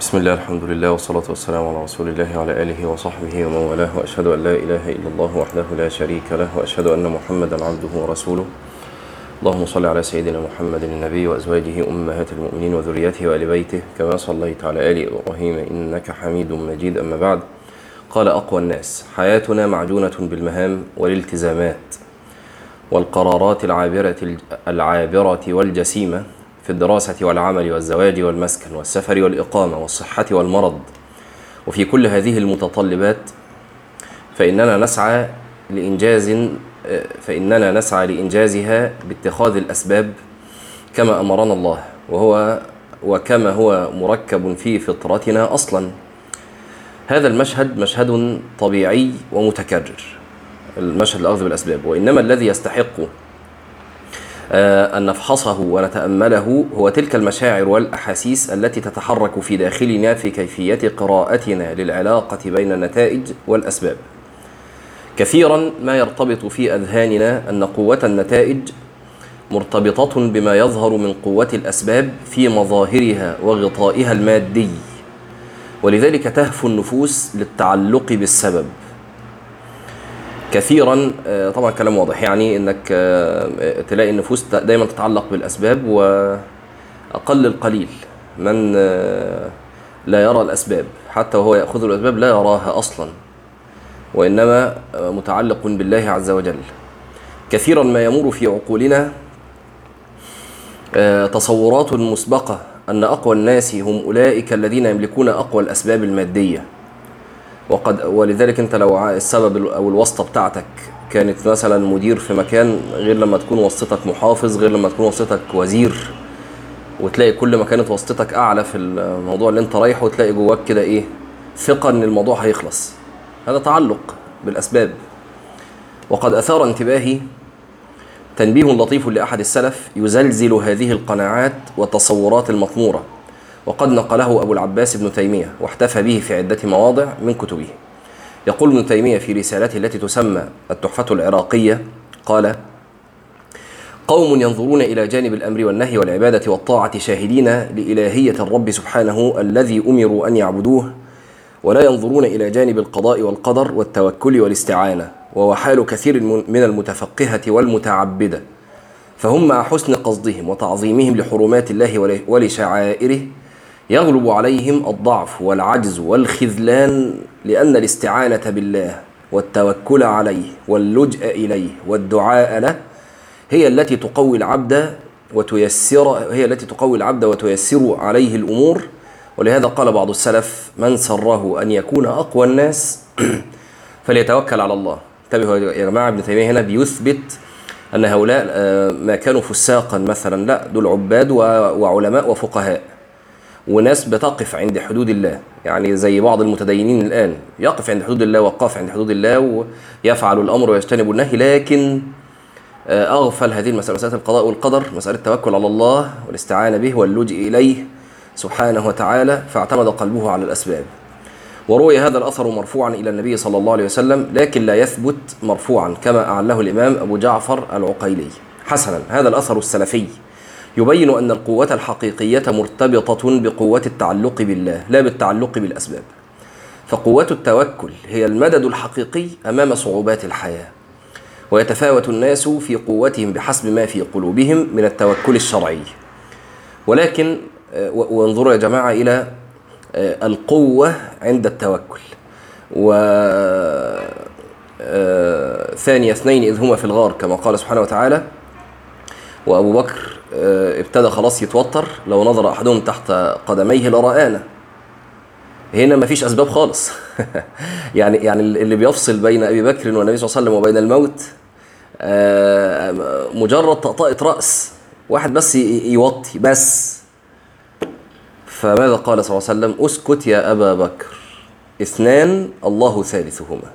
بسم الله، الحمد لله، والصلاة والسلام على رسول الله وعلى آله وصحبه ومن والاه، وأشهد أن لا إله إلا الله وحده لا شريك له، وأشهد أن محمدا عبده ورسوله. اللهم صل على سيدنا محمد النبي وأزواجه أمهات المؤمنين وذريته وآل بيته كما صليت على آل إبراهيم إنك حميد مجيد. أما بعد، قال أقوى الناس: حياتنا معجونة بالمهام والالتزامات والقرارات العابرة والجسيمة في الدراسة والعمل والزواج والمسكن والسفر والإقامة والصحة والمرض. وفي كل هذه المتطلبات فإننا نسعى لإنجازها باتخاذ الأسباب كما أمرنا الله، وكما هو مركب في فطرتنا أصلا. هذا المشهد مشهد طبيعي ومتكرر، المشهد الأخذ بالأسباب، وإنما الذي يستحق أن نفحصه ونتأمله هو تلك المشاعر والأحاسيس التي تتحرك في داخلنا في كيفية قراءتنا للعلاقة بين النتائج والأسباب. كثيرا ما يرتبط في أذهاننا أن قوة النتائج مرتبطة بما يظهر من قوة الأسباب في مظاهرها وغطائها المادي، ولذلك تهفو النفوس للتعلق بالسبب. كثيرا طبعا كلام واضح، يعني انك تلاقي النفوس دايما تتعلق بالاسباب، واقل القليل من لا يرى الاسباب، حتى وهو ياخذ الاسباب لا يراها اصلا، وانما متعلق بالله عز وجل. كثيرا ما يمر في عقولنا تصورات مسبقه ان اقوى الناس هم اولئك الذين يملكون اقوى الاسباب الماديه، ولذلك انت لو السبب او الواسطه بتاعتك كانت مثلا مدير في مكان، غير لما تكون واسطتك محافظ، غير لما تكون واسطتك وزير، وتلاقي كل ما كانت واسطتك اعلى في الموضوع اللي انت رايحه، وتلاقي جواك كده ثقه ان الموضوع هيخلص. هذا تعلق بالاسباب. وقد اثار انتباهي تنبيه لطيف لاحد السلف يزلزل هذه القناعات والتصورات المطموره، وقد نقله أبو العباس ابن تيمية واحتفى به في عدة مواضع من كتبه. يقول ابن تيمية في رسالته التي تسمى التحفة العراقية، قال: قوم ينظرون إلى جانب الأمر والنهي والعبادة والطاعة شاهدين لإلهية الرب سبحانه الذي أمروا أن يعبدوه، ولا ينظرون إلى جانب القضاء والقدر والتوكل والاستعانة، وهو حال كثير من المتفقهة والمتعبدة. فهم مع حسن قصدهم وتعظيمهم لحرمات الله ولشعائره يغلب عليهم الضعف والعجز والخذلان، لأن الاستعانة بالله والتوكل عليه واللجأ إليه والدعاء له هي التي تقوي العبد وتيسر عليه الأمور. ولهذا قال بعض السلف: من سره أن يكون أقوى الناس فليتوكل على الله. انتبهوا يا جماعة، ابن تيمية هنا بيثبت أن هؤلاء ما كانوا فساقا مثلا، لا، دول عباد وعلماء وفقهاء، وناس بتقف عند حدود الله، يعني زي بعض المتدينين الآن يقف عند حدود الله، وقف عند حدود الله ويفعل الأمر ويجتنب النهي، لكن أغفل هذه المسألة، مسألة القضاء والقدر، مسألة التوكل على الله والاستعانة به واللجئ إليه سبحانه وتعالى، فاعتمد قلبه على الأسباب. وروي هذا الأثر مرفوعا إلى النبي صلى الله عليه وسلم، لكن لا يثبت مرفوعا كما أعله الإمام أبو جعفر العقيلي. حسنا، هذا الأثر السلفي يبين أن القوة الحقيقية مرتبطة بقوة التعلق بالله لا بالتعلق بالأسباب. فقوة التوكل هي المدد الحقيقي أمام صعوبات الحياة، ويتفاوت الناس في قوتهم بحسب ما في قلوبهم من التوكل الشرعي. ولكن وانظروا يا جماعة إلى القوة عند التوكل. ثاني اثنين إذ هما في الغار، كما قال سبحانه وتعالى: وأبو بكر ابتدى خلاص يتوتر، لو نظر أحدهم تحت قدميه لرآنا. هنا مفيش أسباب خالص. يعني اللي بيفصل بين أبي بكر والنبي صلى الله عليه وسلم وبين الموت مجرد طقطقة رأس، واحد بس يوطي بس. فماذا قال صلى الله عليه وسلم؟ اسكت يا أبا بكر، اثنان الله ثالثهما.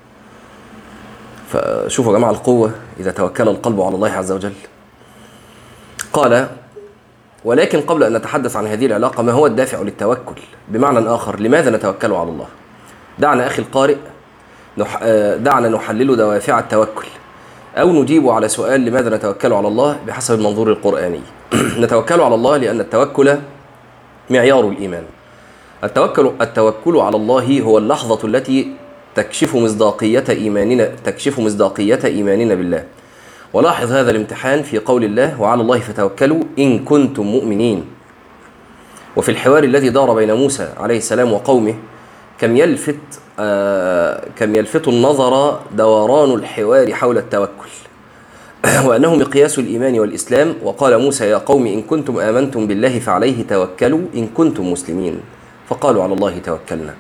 فشوفوا يا جماعة القوة إذا توكل القلب على الله عز وجل. قال: ولكن قبل أن نتحدث عن هذه العلاقة، ما هو الدافع للتوكل؟ بمعنى آخر، لماذا نتوكل على الله؟ دعنا أخي القارئ دعنا نحلل دوافع التوكل، أو نجيب على سؤال لماذا نتوكل على الله بحسب المنظور القرآني. نتوكل على الله لأن التوكل معيار الإيمان. التوكل على الله هو اللحظة التي تكشف مصداقية إيماننا بالله. ولاحظ هذا الامتحان في قول الله: وعلى الله فتوكلوا إن كنتم مؤمنين. وفي الحوار الذي دار بين موسى عليه السلام وقومه كم يلفت النظر دوران الحوار حول التوكل وأنه مقياس الإيمان والإسلام. وقال موسى: يا قوم إن كنتم آمنتم بالله فعليه توكلوا إن كنتم مسلمين، فقالوا على الله توكلنا.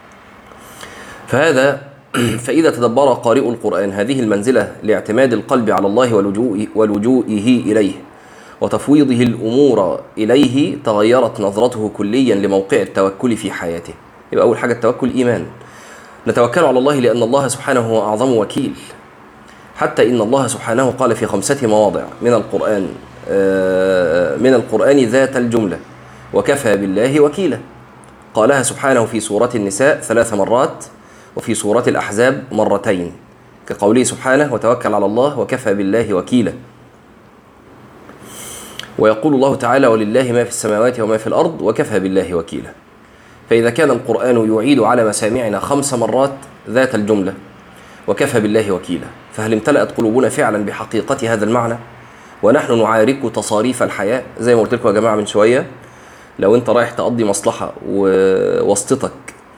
فإذا تدبر قارئ القرآن هذه المنزلة لاعتماد القلب على الله ولجوئه إليه وتفويضه الأمور إليه، تغيرت نظرته كليا لموقع التوكل في حياته. يبقى أول حاجة التوكل إيمان. نتوكل على الله لأن الله سبحانه هو أعظم وكيل، حتى إن الله سبحانه قال في 5 مواضع من القرآن ذات الجملة: وكفى بالله وكيلا. قالها سبحانه في سورة النساء 3 مرات، وفي سورة الأحزاب 2 كقوله سبحانه: وتوكل على الله وكفى بالله وكيلا. ويقول الله تعالى: ولله ما في السماوات وما في الأرض وكفى بالله وكيلا. فإذا كان القرآن يعيد على مسامعنا 5 مرات ذات الجملة وكفى بالله وكيلا، فهل امتلأت قلوبنا فعلا بحقيقة هذا المعنى ونحن نعارك تصاريف الحياة؟ زي ما قلت لكم يا جماعة من شوية، لو انت رايح تقضي مصلحة وواسطتك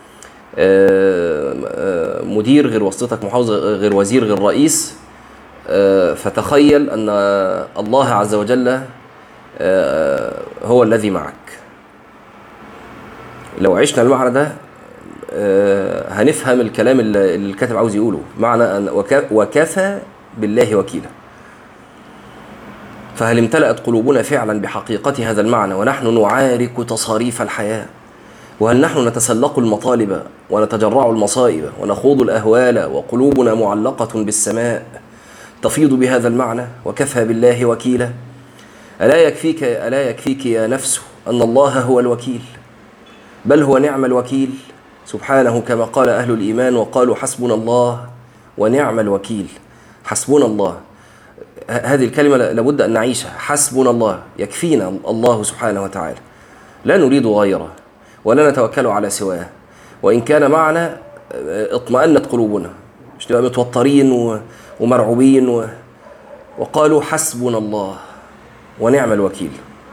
مدير غير واسطتك محافظ غير وزير غير رئيس، فتخيل أن الله عز وجل هو الذي معك. لو عشنا المعنى ده هنفهم الكلام اللي الكاتب عاوز يقوله، معنى أن وكفى بالله وكيلا. فهل امتلأت قلوبنا فعلا بحقيقة هذا المعنى ونحن نعارك تصاريف الحياة؟ وهل نحن نتسلق المطالب ونتجرع المصائب ونخوض الأهوال وقلوبنا معلقة بالسماء تفيض بهذا المعنى وكفى بالله وكيلا؟ ألا يكفيك يا نفس أن الله هو الوكيل، بل هو نعم الوكيل سبحانه، كما قال أهل الإيمان وقالوا حسبنا الله ونعم الوكيل. حسبنا الله، هذه الكلمة لابد أن نعيشها. حسبنا الله، يكفينا الله سبحانه وتعالى، لا نريد غيره ولا نتوكل على سواه. وإن كان معنا اطمأنت قلوبنا، مش نبقى متوترين ومرعوبين وقالوا حسبنا الله ونعم الوكيل.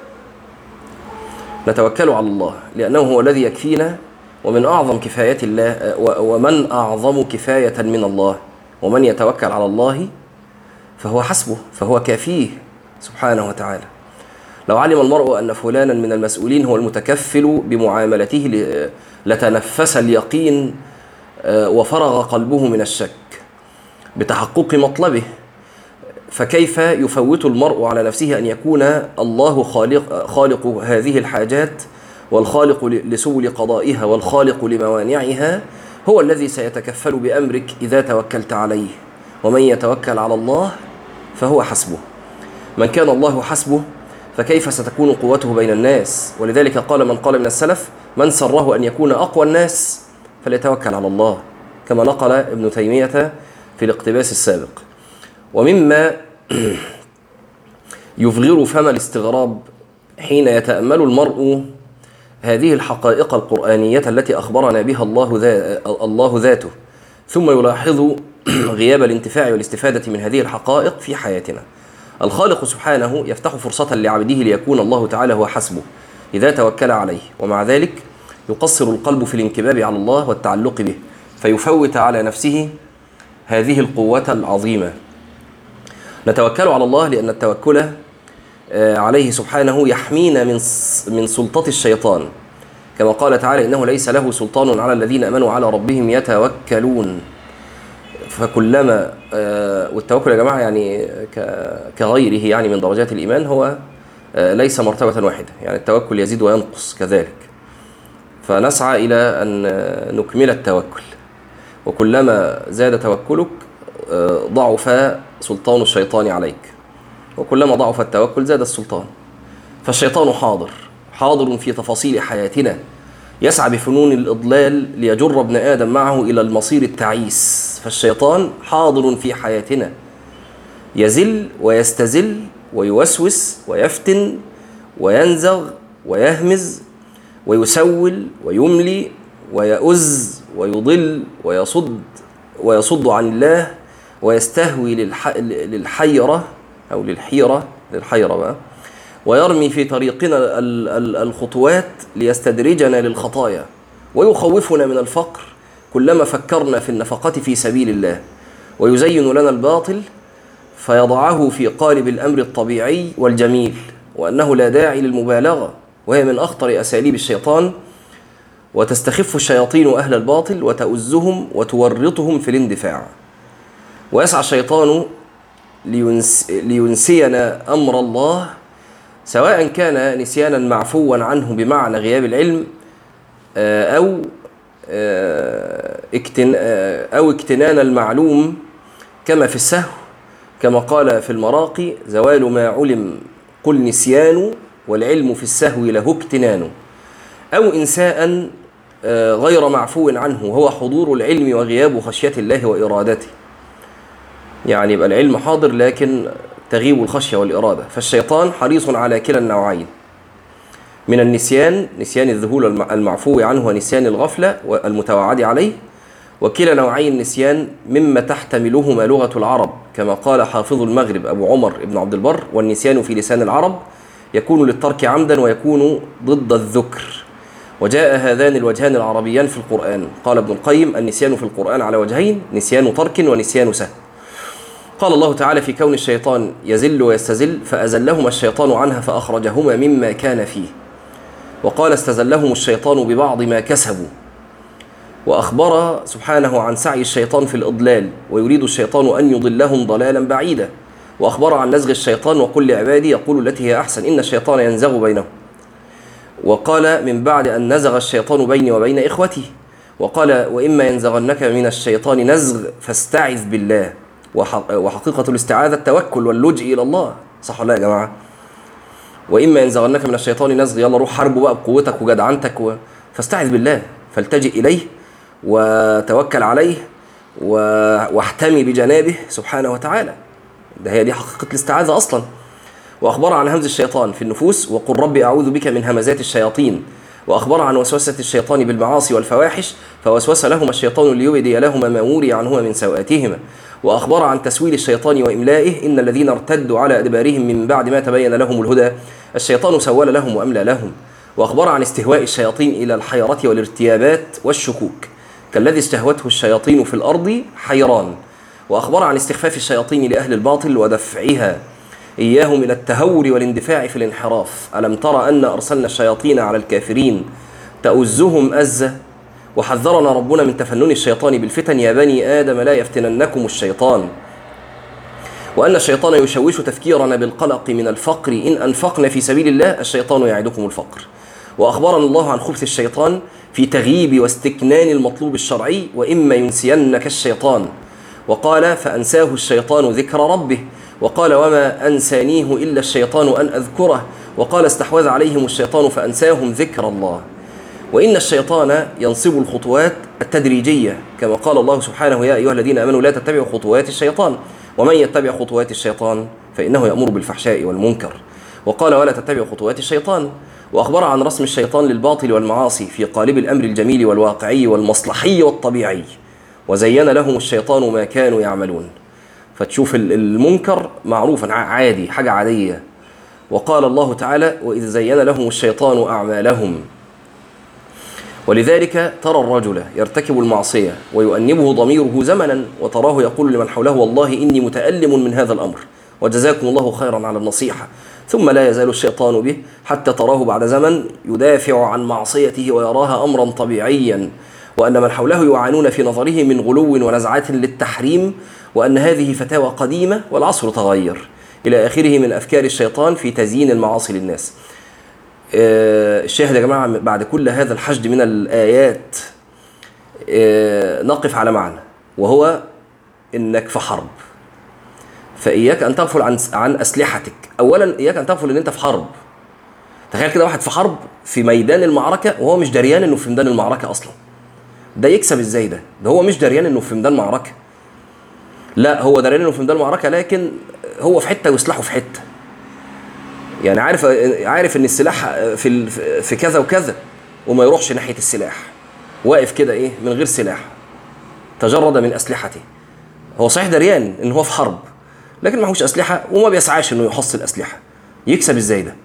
نتوكل على الله لأنه هو الذي يكفينا، ومن أعظم كفاية الله، ومن أعظم كفاية من الله. ومن يتوكل على الله فهو حسبه، فهو كافيه سبحانه وتعالى. لو علم المرء أن فلانا من المسؤولين هو المتكفل بمعاملته لتنفس اليقين وفرغ قلبه من الشك بتحقق مطلبه. فكيف يفوت المرء على نفسه أن يكون الله خالق هذه الحاجات والخالق لسبل قضائها والخالق لموانعها، هو الذي سيتكفل بأمرك إذا توكلت عليه. ومن يتوكل على الله فهو حسبه. من كان الله حسبه فكيف ستكون قوته بين الناس؟ ولذلك قال من قال من السلف: من سره أن يكون أقوى الناس فليتوكل على الله، كما نقل ابن تيمية في الاقتباس السابق. ومما يفغر فم الاستغراب حين يتأمل المرء هذه الحقائق القرآنية التي أخبرنا بها الله ذاته، ثم يلاحظ غياب الانتفاع والاستفادة من هذه الحقائق في حياتنا. الخالق سبحانه يفتح فرصة لعبده ليكون الله تعالى هو حسبه إذا توكل عليه، ومع ذلك يقصر القلب في الانكباب على الله والتعلق به، فيفوت على نفسه هذه القوة العظيمة. نتوكل على الله لأن التوكل عليه سبحانه يحمينا من سلطة الشيطان، كما قال تعالى: إنه ليس له سلطان على الذين آمنوا على ربهم يتوكلون. فكلما والتوكل يا جماعة يعني كغيره يعني من درجات الإيمان، هو ليس مرتبة واحدة، يعني التوكل يزيد وينقص كذلك. فنسعى إلى أن نكمل التوكل، وكلما زاد توكلك ضعف سلطان الشيطان عليك، وكلما ضعف التوكل زاد السلطان. فالشيطان حاضر في تفاصيل حياتنا، يسعى بفنون الإضلال ليجر ابن آدم معه إلى المصير التعيس. فالشيطان حاضر في حياتنا، يزل ويستزل ويوسوس ويفتن وينزغ ويهمز ويسول ويملي ويؤز ويضل ويصد عن الله، ويستهوي للحيرة أو للحيرة بقى، ويرمي في طريقنا الخطوات ليستدرجنا للخطايا، ويخوفنا من الفقر كلما فكرنا في النفقة في سبيل الله، ويزين لنا الباطل فيضعه في قالب الأمر الطبيعي والجميل، وأنه لا داعي للمبالغة، وهي من أخطر أساليب الشيطان. وتستخف الشياطين أهل الباطل وتؤزهم وتورطهم في الاندفاع. ويسعى الشيطان لينسينا أمر الله، سواء كان نسيانا معفوا عنه بمعنى غياب العلم أو اكتنان المعلوم كما في السهو، كما قال في المراقي: زوال ما علم قل نسيان، والعلم في السهو له اكتنان. أو إنساء غير معفو عنه، هو حضور العلم وغياب خشية الله وإرادته. يعني يبقى العلم حاضر لكن تغيب الخشية والإرادة. فالشيطان حريص على كلا النوعين من النسيان، نسيان الذهول المعفو عنه ونسيان الغفلة والمتوعد عليه، وكلا نوعي النسيان مما تحتملهما لغة العرب، كما قال حافظ المغرب أبو عمر ابن عبد البر: والنسيان في لسان العرب يكون للترك عمدا ويكون ضد الذكر، وجاء هذان الوجهان العربيان في القرآن. قال ابن القيم: النسيان في القرآن على وجهين: نسيان ترك ونسيان سهو. قال الله تعالى في كون الشيطان يزل ويستزل: فأزلهما الشيطان عنها فأخرجهما مما كان فيه. وقال: استزلهم الشيطان ببعض ما كسبوا. وأخبر سبحانه عن سعي الشيطان في الإضلال، ويريد الشيطان أن يضلهم ضلالا بعيدا. وأخبر عن نزغ الشيطان: وقل لعبادي يقولوا التي هي أحسن إن الشيطان ينزغ بينهم. وقال من بعد أن نزغ الشيطان بيني وبين إخوتي. وقال: وإما ينزغنك من الشيطان نزغ فاستعذ بالله. وحقيقة الاستعاذة التوكل واللجئ إلى الله، صح ولا يا جماعة؟ وإما ينزغنك من الشيطان نزغ، يلا روح حاربه بقى بقوتك وجدعنتك فاستعذ بالله، فالتجئ إليه وتوكل عليه واحتمي بجنابه سبحانه وتعالى. هي دي حقيقة الاستعاذة أصلا. وأخبر عن همز الشيطان في النفوس: وقل ربي أعوذ بك من همزات الشياطين. وأخبر عن وسوسة الشيطان بالمعاصي والفواحش، فوسوس لهما الشيطان ليبدي لهما ما وري عنهما من سوآتهما. وأخبر عن تسويل الشيطان وإملائه: إن الذين ارتدوا على أدبارهم من بعد ما تبين لهم الهدى الشيطان سول لهم وأملى لهم. وأخبر عن استهواء الشياطين إلى الحيرة والارتيابات والشكوك، كالذي استهوته الشياطين في الأرض حيران. وأخبر عن استخفاف الشياطين لأهل الباطل ودفعها إياهم إلى التهور والاندفاع في الانحراف. ألم تر أن أرسلنا الشياطين على الكافرين تؤزهم أزة. وحذرنا ربنا من تفنن الشيطان بالفتن: يا بني آدم لا يفتننكم الشيطان. وأن الشيطان يشوش تفكيرنا بالقلق من الفقر إن أنفقنا في سبيل الله الشيطان يعدكم الفقر. وأخبرنا الله عن خبث الشيطان في تغييب واستكنان المطلوب الشرعي: وإما ينسينك الشيطان. وقال: فأنساه الشيطان ذكر ربه. وقال: وما أنسانيه إلا الشيطان أن أذكره. وقال: استحوذ عليهم الشيطان فأنساهم ذكر الله. وإن الشيطان ينصب الخطوات التدريجية، كما قال الله سبحانه: يا أيها الذين آمنوا لا تتبعوا خطوات الشيطان ومن يتبع خطوات الشيطان فإنه يأمر بالفحشاء والمنكر. وقال: ولا تتبعوا خطوات الشيطان. وأخبر عن رسم الشيطان للباطل والمعاصي في قالب الأمر الجميل والواقعي والمصلحي والطبيعي، وزين لهم الشيطان ما كانوا يعملون. فتشوف المنكر معروفا عادي، حاجة عادية. وقال الله تعالى: وإذ زين لهم الشيطان أعمالهم. ولذلك ترى الرجل يرتكب المعصية ويؤنبه ضميره زمنا، وتراه يقول لمن حوله: والله إني متألم من هذا الأمر وجزاكم الله خيرا على النصيحة. ثم لا يزال الشيطان به حتى تراه بعد زمن يدافع عن معصيته ويراها أمرا طبيعيا، وأن من حوله يعانون في نظره من غلو ونزعات للتحريم، وأن هذه فتاوى قديمة والعصر تغير، إلى آخره من أفكار الشيطان في تزيين المعاصي للناس. الشاهد يا جماعة، بعد كل هذا الحشد من الآيات نقف على معنى، وهو إنك في حرب، فإياك أن تغفل عن أسلحتك. أولا إياك أن تغفل إن أنت في حرب. تخيل كده واحد في حرب في ميدان المعركة وهو مش دريان إنه في ميدان المعركة أصلا. ده يكسب إزاي؟ ده هو مش دريان إنه في ميدان معركة. لا، هو دريان إنه في ميدان معركة، لكن هو في حتة وسلاحه في حتة. يعني عارف إن السلاح في كذا وكذا، وما يروحش ناحية السلاح، واقف كده ايه من غير سلاح، تجرد من أسلحته. هو صحيح دريان ان هو في حرب، لكن معهوش أسلحة وما بيسعاش انه يحصل أسلحة. يكسب ازاي ده؟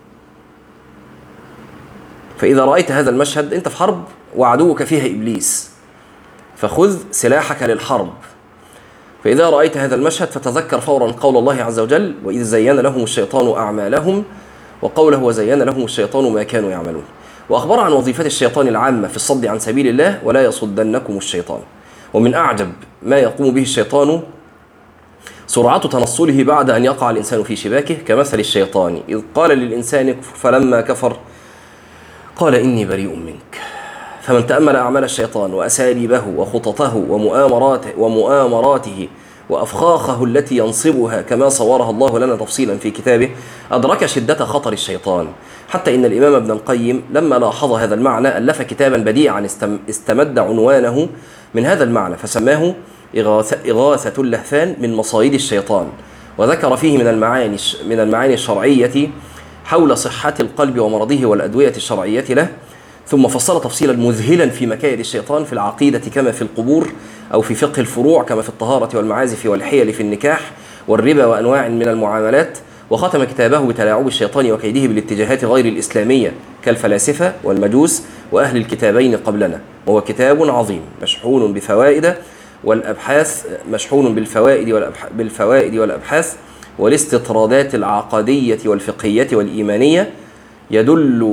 فإذا رأيت هذا المشهد، انت في حرب وعدوك فيها إبليس، فخذ سلاحك للحرب. فإذا رأيت هذا المشهد فتذكر فورا قول الله عز وجل: وإذ زين لهم الشيطان أعمالهم، وقوله: وزين لهم الشيطان ما كانوا يعملون. وأخبر عن وظيفة الشيطان العامة في الصد عن سبيل الله: ولا يصدنكم الشيطان. ومن أعجب ما يقوم به الشيطان سرعة تنصله بعد أن يقع الإنسان في شباكه، كمثل الشيطان إذ قال للإنسان اكفر فلما كفر قال إني بريء منك. فمن تأمل أعمال الشيطان وأساليبه وخططه ومؤامراته وأفخاخه التي ينصبها كما صورها الله لنا تفصيلا في كتابه، أدرك شدة خطر الشيطان، حتى إن الإمام ابن القيم لما لاحظ هذا المعنى ألف كتابا بديعا استمد عنوانه من هذا المعنى، فسماه إغاثة اللهفان من مصايد الشيطان، وذكر فيه من المعاني الشرعية حول صحة القلب ومرضه والأدوية الشرعية له، ثم فصل تفصيلا مذهلا في مكائد الشيطان في العقيدة كما في القبور، أو في فقه الفروع كما في الطهارة والمعازف والحيل في النكاح والربا وأنواع من المعاملات. وختم كتابه بتلاعب الشيطان وكيده بالاتجاهات غير الإسلامية كالفلاسفة والمجوس وأهل الكتابين قبلنا، وهو كتاب عظيم مشحون بفوائد والأبحاث، مشحون بالفوائد والأبحاث والاستطرادات العقدية والفقهية والإيمانية، يدل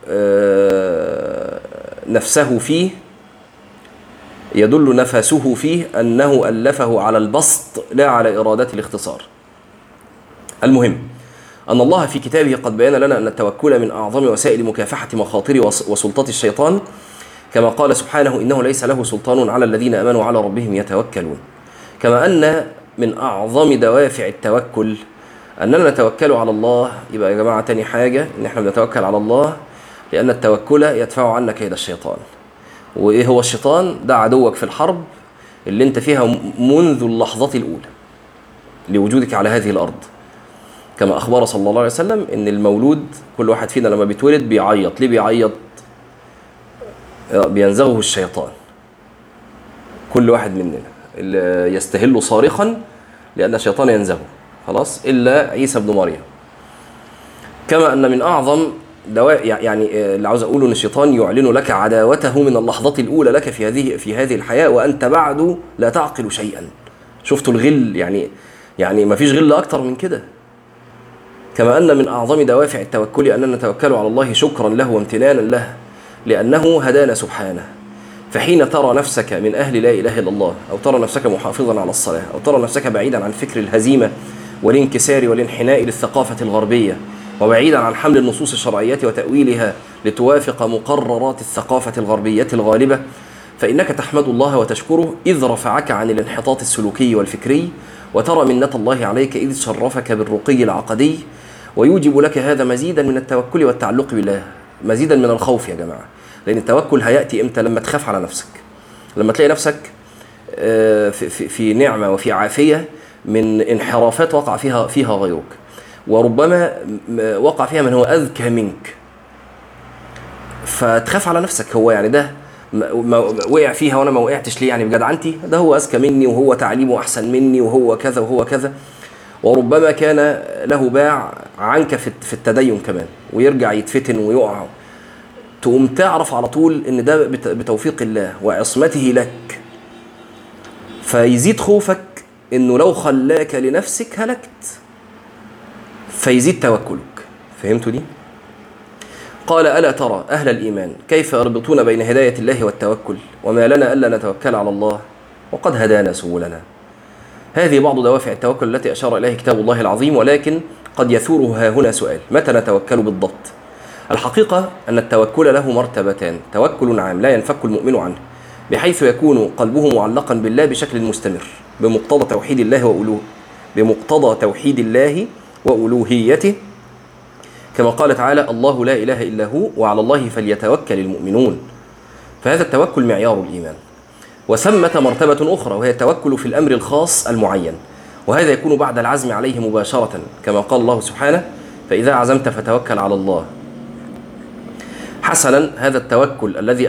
نفسه فيه أنه ألفه على البسط لا على إرادة الاختصار. المهم أن الله في كتابه قد بيان لنا أن التوكل من أعظم وسائل مكافحة مخاطر وسلطات الشيطان، كما قال سبحانه: إنه ليس له سلطان على الذين آمنوا على ربهم يتوكلون. كما أن من أعظم دوافع التوكل أننا نتوكل على الله. يبقى يا جماعة تاني حاجة إن احنا بنتوكل على الله لأن التوكل يدفع عنا كيد الشيطان. وإيه هو الشيطان؟ ده عدوك في الحرب اللي انت فيها منذ اللحظة الأولى لوجودك على هذه الأرض، كما أخبر صلى الله عليه وسلم إن المولود كل واحد فينا لما بيتولد بيعيط. ليه بيعيط؟ بينزغه الشيطان. كل واحد مننا اللي يستهل صارخا لأن الشيطان ينزغه، خلاص، إلا عيسى ابن مريم. كما أن من أعظم يعني اللي عاوز أقوله أن الشيطان يعلن لك عداوته من اللحظة الأولى لك في هذه الحياة وأنت بعد لا تعقل شيئا. شفتوا الغل؟ يعني ما فيش غل أكتر من كده. كما أن من أعظم دوافع التوكل أننا نتوكل على الله شكرا له وامتنانا له لأنه هدانا سبحانه. فحين ترى نفسك من أهل لا إله إلا الله، أو ترى نفسك محافظا على الصلاة، أو ترى نفسك بعيدا عن فكر الهزيمة والانكسار والانحناء للثقافة الغربية، وبعيدا عن حمل النصوص الشرعية وتأويلها لتوافق مقررات الثقافة الغربية الغالبة، فإنك تحمد الله وتشكره إذ رفعك عن الانحطاط السلوكي والفكري، وترى منة الله عليك إذ شرفك بالرقي العقدي، ويوجب لك هذا مزيدا من التوكل والتعلق بالله، مزيدا من الخوف يا جماعة. لأن التوكل هيأتي إمتى؟ لما تخاف على نفسك، لما تلاقي نفسك في نعمة وفي عافية من انحرافات وقع فيها غيرك، وربما وقع فيها من هو أذكى منك، فتخاف على نفسك. هو يعني ده وقع فيها وأنا ما وقعتش ليه؟ يعني بجدعنتي؟ ده هو أذكى مني وهو تعليمه أحسن مني وهو كذا وهو كذا. وربما كان له باع عنك في التدين كمان، ويرجع يتفتن ويقع. تقوم تعرف على طول ان ده بتوفيق الله وعصمته لك، فيزيد خوفك انه لو خلاك لنفسك هلكت، فيزيد توكلك. فهمتوا دي؟ قال: ألا ترى أهل الإيمان كيف يربطون بين هداية الله والتوكل، وما لنا ألا نتوكل على الله وقد هدانا سبلنا. هذه بعض دوافع التوكل التي أشار إليه كتاب الله العظيم، ولكن قد يثوره هنا سؤال: متى نتوكل بالضبط؟ الحقيقة أن التوكل له مرتبتان: توكل عام لا ينفك المؤمن عنه، بحيث يكون قلبه معلقا بالله بشكل مستمر بمقتضى توحيد الله وألوهيته، كما قال تعالى: الله لا إله إلا هو وعلى الله فليتوكل المؤمنون. فهذا التوكل معيار الإيمان. وثمة مرتبة أخرى وهي التوكل في الأمر الخاص المعين، وهذا يكون بعد العزم عليه مباشرة، كما قال الله سبحانه: فإذا عزمت فتوكل على الله. حسنا، هذا التوكل الذي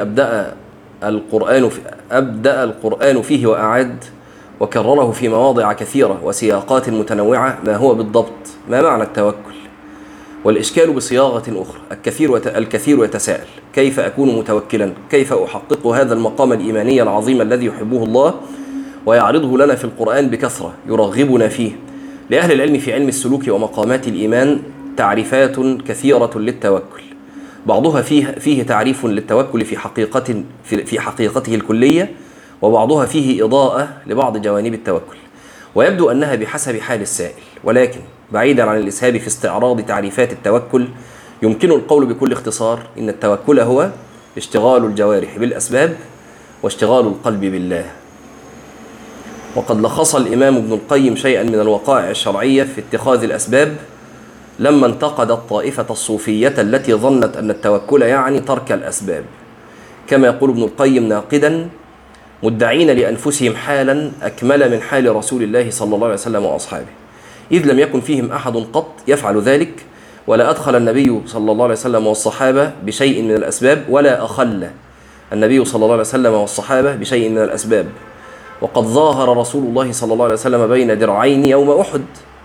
أبدأ القرآن فيه وأعاد وكرره في مواضع كثيرة وسياقات متنوعة ما هو بالضبط، ما معنى التوكل؟ والإشكال بصياغة أخرى. الكثير يتساءل: كيف أكون متوكلا؟ كيف أحقق هذا المقام الإيماني العظيم الذي يحبه الله ويعرضه لنا في القرآن بكثرة يرغبنا فيه؟ لأهل العلم في علم السلوك ومقامات الإيمان تعريفات كثيرة للتوكل، بعضها فيه تعريف للتوكل في حقيقته الكلية، وبعضها فيه إضاءة لبعض جوانب التوكل، ويبدو أنها بحسب حال السائل. ولكن بعيدا عن الإسهاب في استعراض تعريفات التوكل، يمكن القول بكل اختصار إن التوكل هو اشتغال الجوارح بالأسباب واشتغال القلب بالله. وقد لخص الإمام ابن القيم شيئا من الوقائع الشرعية في اتخاذ الأسباب لما انتقد الطائفة الصوفية التي ظنت أن التوكل يعني ترك الأسباب، كما يقول ابن القيم ناقدا: مدعين لأنفسهم حالا أكمل من حال رسول الله صلى الله عليه وسلم وأصحابه، إذ لم يكن فيهم أحد قط يفعل ذلك، ولا أدخل النبي صلى الله عليه وسلم والصحابة بشيء من الأسباب، ولا أخل النبي صلى الله عليه وسلم والصحابة بشيء من الأسباب. وقد ظاهر رسول الله صلى الله عليه وسلم بين درعين يوم أحد.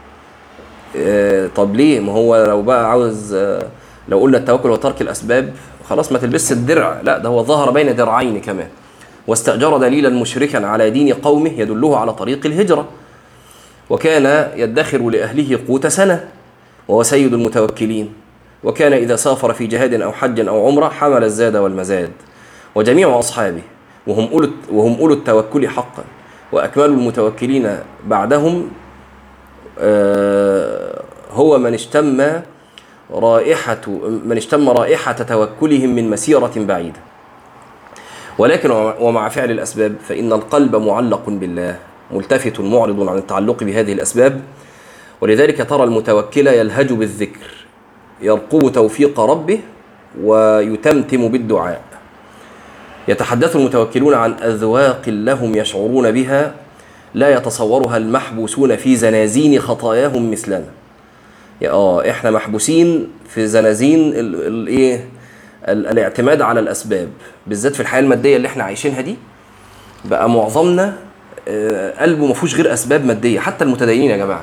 طب ليه؟ ما هو لو بقى عاوز لو قلنا التوكل وترك الأسباب خلاص ما تلبس الدرع، لا، ده هو ظهر بين درعين كمان، واستأجر دليلا مشركا على دين قومه يدله على طريق الهجرة، وكان يدخر لأهله قوت سنة، وهو سيد المتوكلين، وكان إذا سافر في جهاد أو حج أو عمرة حمل الزاد والمزاد. وجميع أصحابه وهم أولو التوكل حقا، وأكمل المتوكلين بعدهم هو من اشتم رائحة توكلهم من مسيرة بعيدة. ولكن ومع فعل الأسباب فإن القلب معلق بالله، ملتفت معرض عن التعلق بهذه الأسباب، ولذلك ترى المتوكل يلهج بالذكر، يرقب توفيق ربه ويتمتم بالدعاء. يتحدث المتوكلون عن أذواق لهم يشعرون بها لا يتصورها المحبوسون في زنازين خطاياهم مثلنا. احنا محبوسين في زنازين الاعتماد على الأسباب، بالذات في الحياة المادية اللي احنا عايشينها دي. بقى معظمنا قلبه ما فيهوش غير أسباب مادية، حتى المتدينين يا جماعة.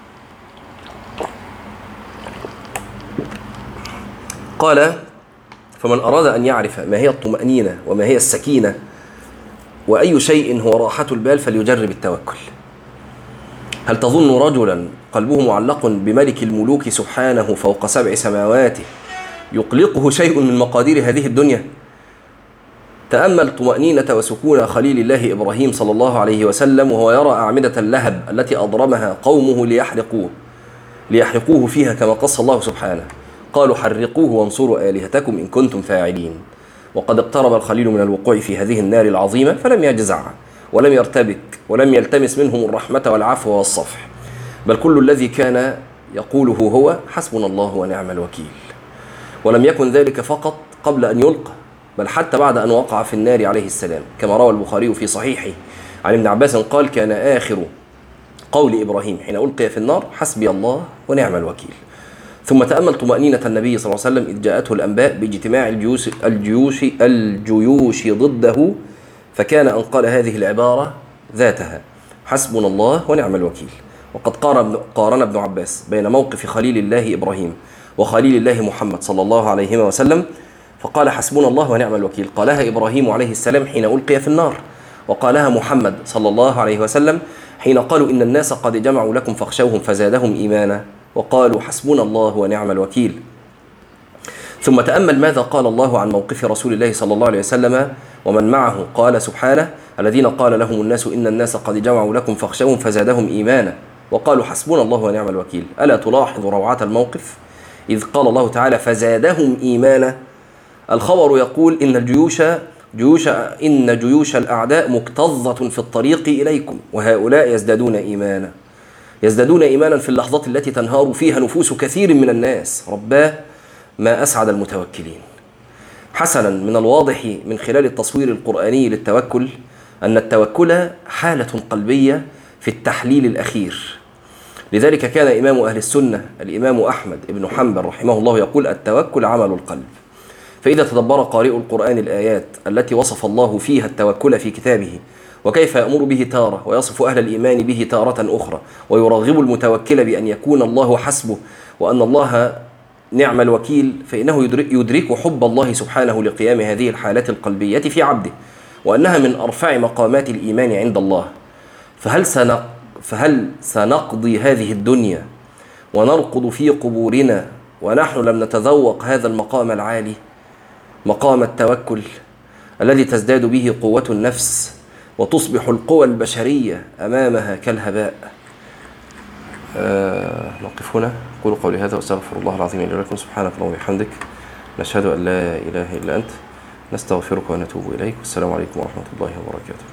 قال: فمن أراد أن يعرف ما هي الطمأنينة وما هي السكينة وأي شيء هو راحة البال فليجرب التوكل. هل تظن رجلا قلبه معلق بملك الملوك سبحانه فوق 7 سماواته يقلقه شيء من مقادير هذه الدنيا؟ تأمل طمأنينة وسكون خليل الله إبراهيم صلى الله عليه وسلم وهو يرى أعمدة اللهب التي أضرمها قومه ليحرقوه فيها، كما قص الله سبحانه: قالوا حرقوه وانصروا آلهتكم إن كنتم فاعلين. وقد اقترب الخليل من الوقوع في هذه النار العظيمة فلم يجزع ولم يرتبك ولم يلتمس منهم الرحمة والعفو والصفح، بل كل الذي كان يقوله هو: حسبنا الله ونعم الوكيل. ولم يكن ذلك فقط قبل أن يلقى، بل حتى بعد أن وقع في النار عليه السلام، كما روى البخاري في صحيحه عن ابن عباس قال: كان آخر قول إبراهيم حين ألقي في النار: حسبي الله ونعم الوكيل. ثم تأمل طمأنينة النبي صلى الله عليه وسلم إذ جاءته الأنباء باجتماع الجيوش ضده، فكان أن قال هذه العبارة ذاتها: حسبنا الله ونعم الوكيل. وقد قارن ابن عباس بين موقف خليل الله إبراهيم وخليل الله محمد صلى الله عليه وسلم، فقال: حسبنا الله ونعم الوكيل قالها إبراهيم عليه السلام حين ألقي في النار، وقالها محمد صلى الله عليه وسلم حين قالوا: إن الناس قد جمعوا لكم فاخشوهم فزادهم إيمانا، وقالوا: حسبنا الله ونعم الوكيل. ثم تأمل ماذا قال الله عن موقف رسول الله صلى الله عليه وسلم ومن معه. قال سبحانه: الذين قال لهم الناس إن الناس قد جمعوا لكم فاخشوهم فزادهم إيمانا، وقالوا: حسبنا الله ونعم الوكيل. ألا تلاحظ روعة الموقف؟ إذ قال الله تعالى: فزادهم إيمانا، الخبر يقول إن جيوش الأعداء مكتظة في الطريق إليكم، وهؤلاء يزدادون إيمانا في اللحظات التي تنهار فيها نفوس كثير من الناس. رباه ما أسعد المتوكلين. حسنا، من الواضح من خلال التصوير القرآني للتوكل أن التوكل حالة قلبية في التحليل الأخير. لذلك كان إمام أهل السنة الإمام أحمد بن حنبل رحمه الله يقول: التوكل عمل القلب. فإذا تدبر قارئ القرآن الآيات التي وصف الله فيها التوكل في كتابه وكيف يأمر به تارة ويصف أهل الإيمان به تارة أخرى ويرغب المتوكل بأن يكون الله حسبه وأن الله نعم الوكيل، فإنه يدرك حب الله سبحانه لقيام هذه الحالات القلبية في عبده وأنها من أرفع مقامات الإيمان عند الله. فهل سنقضي هذه الدنيا ونرقد في قبورنا ونحن لم نتذوق هذا المقام العالي، مقام التوكل الذي تزداد به قوة النفس وتصبح القوى البشرية أمامها كالهباء؟ نقف هنا. قولوا قولي هذا وأستغفر الله العظيم لي ولكم. سبحانك اللهم وبحمدك، نشهد أن لا إله إلا أنت، نستغفرك ونتوب إليك. والسلام عليكم ورحمة الله وبركاته.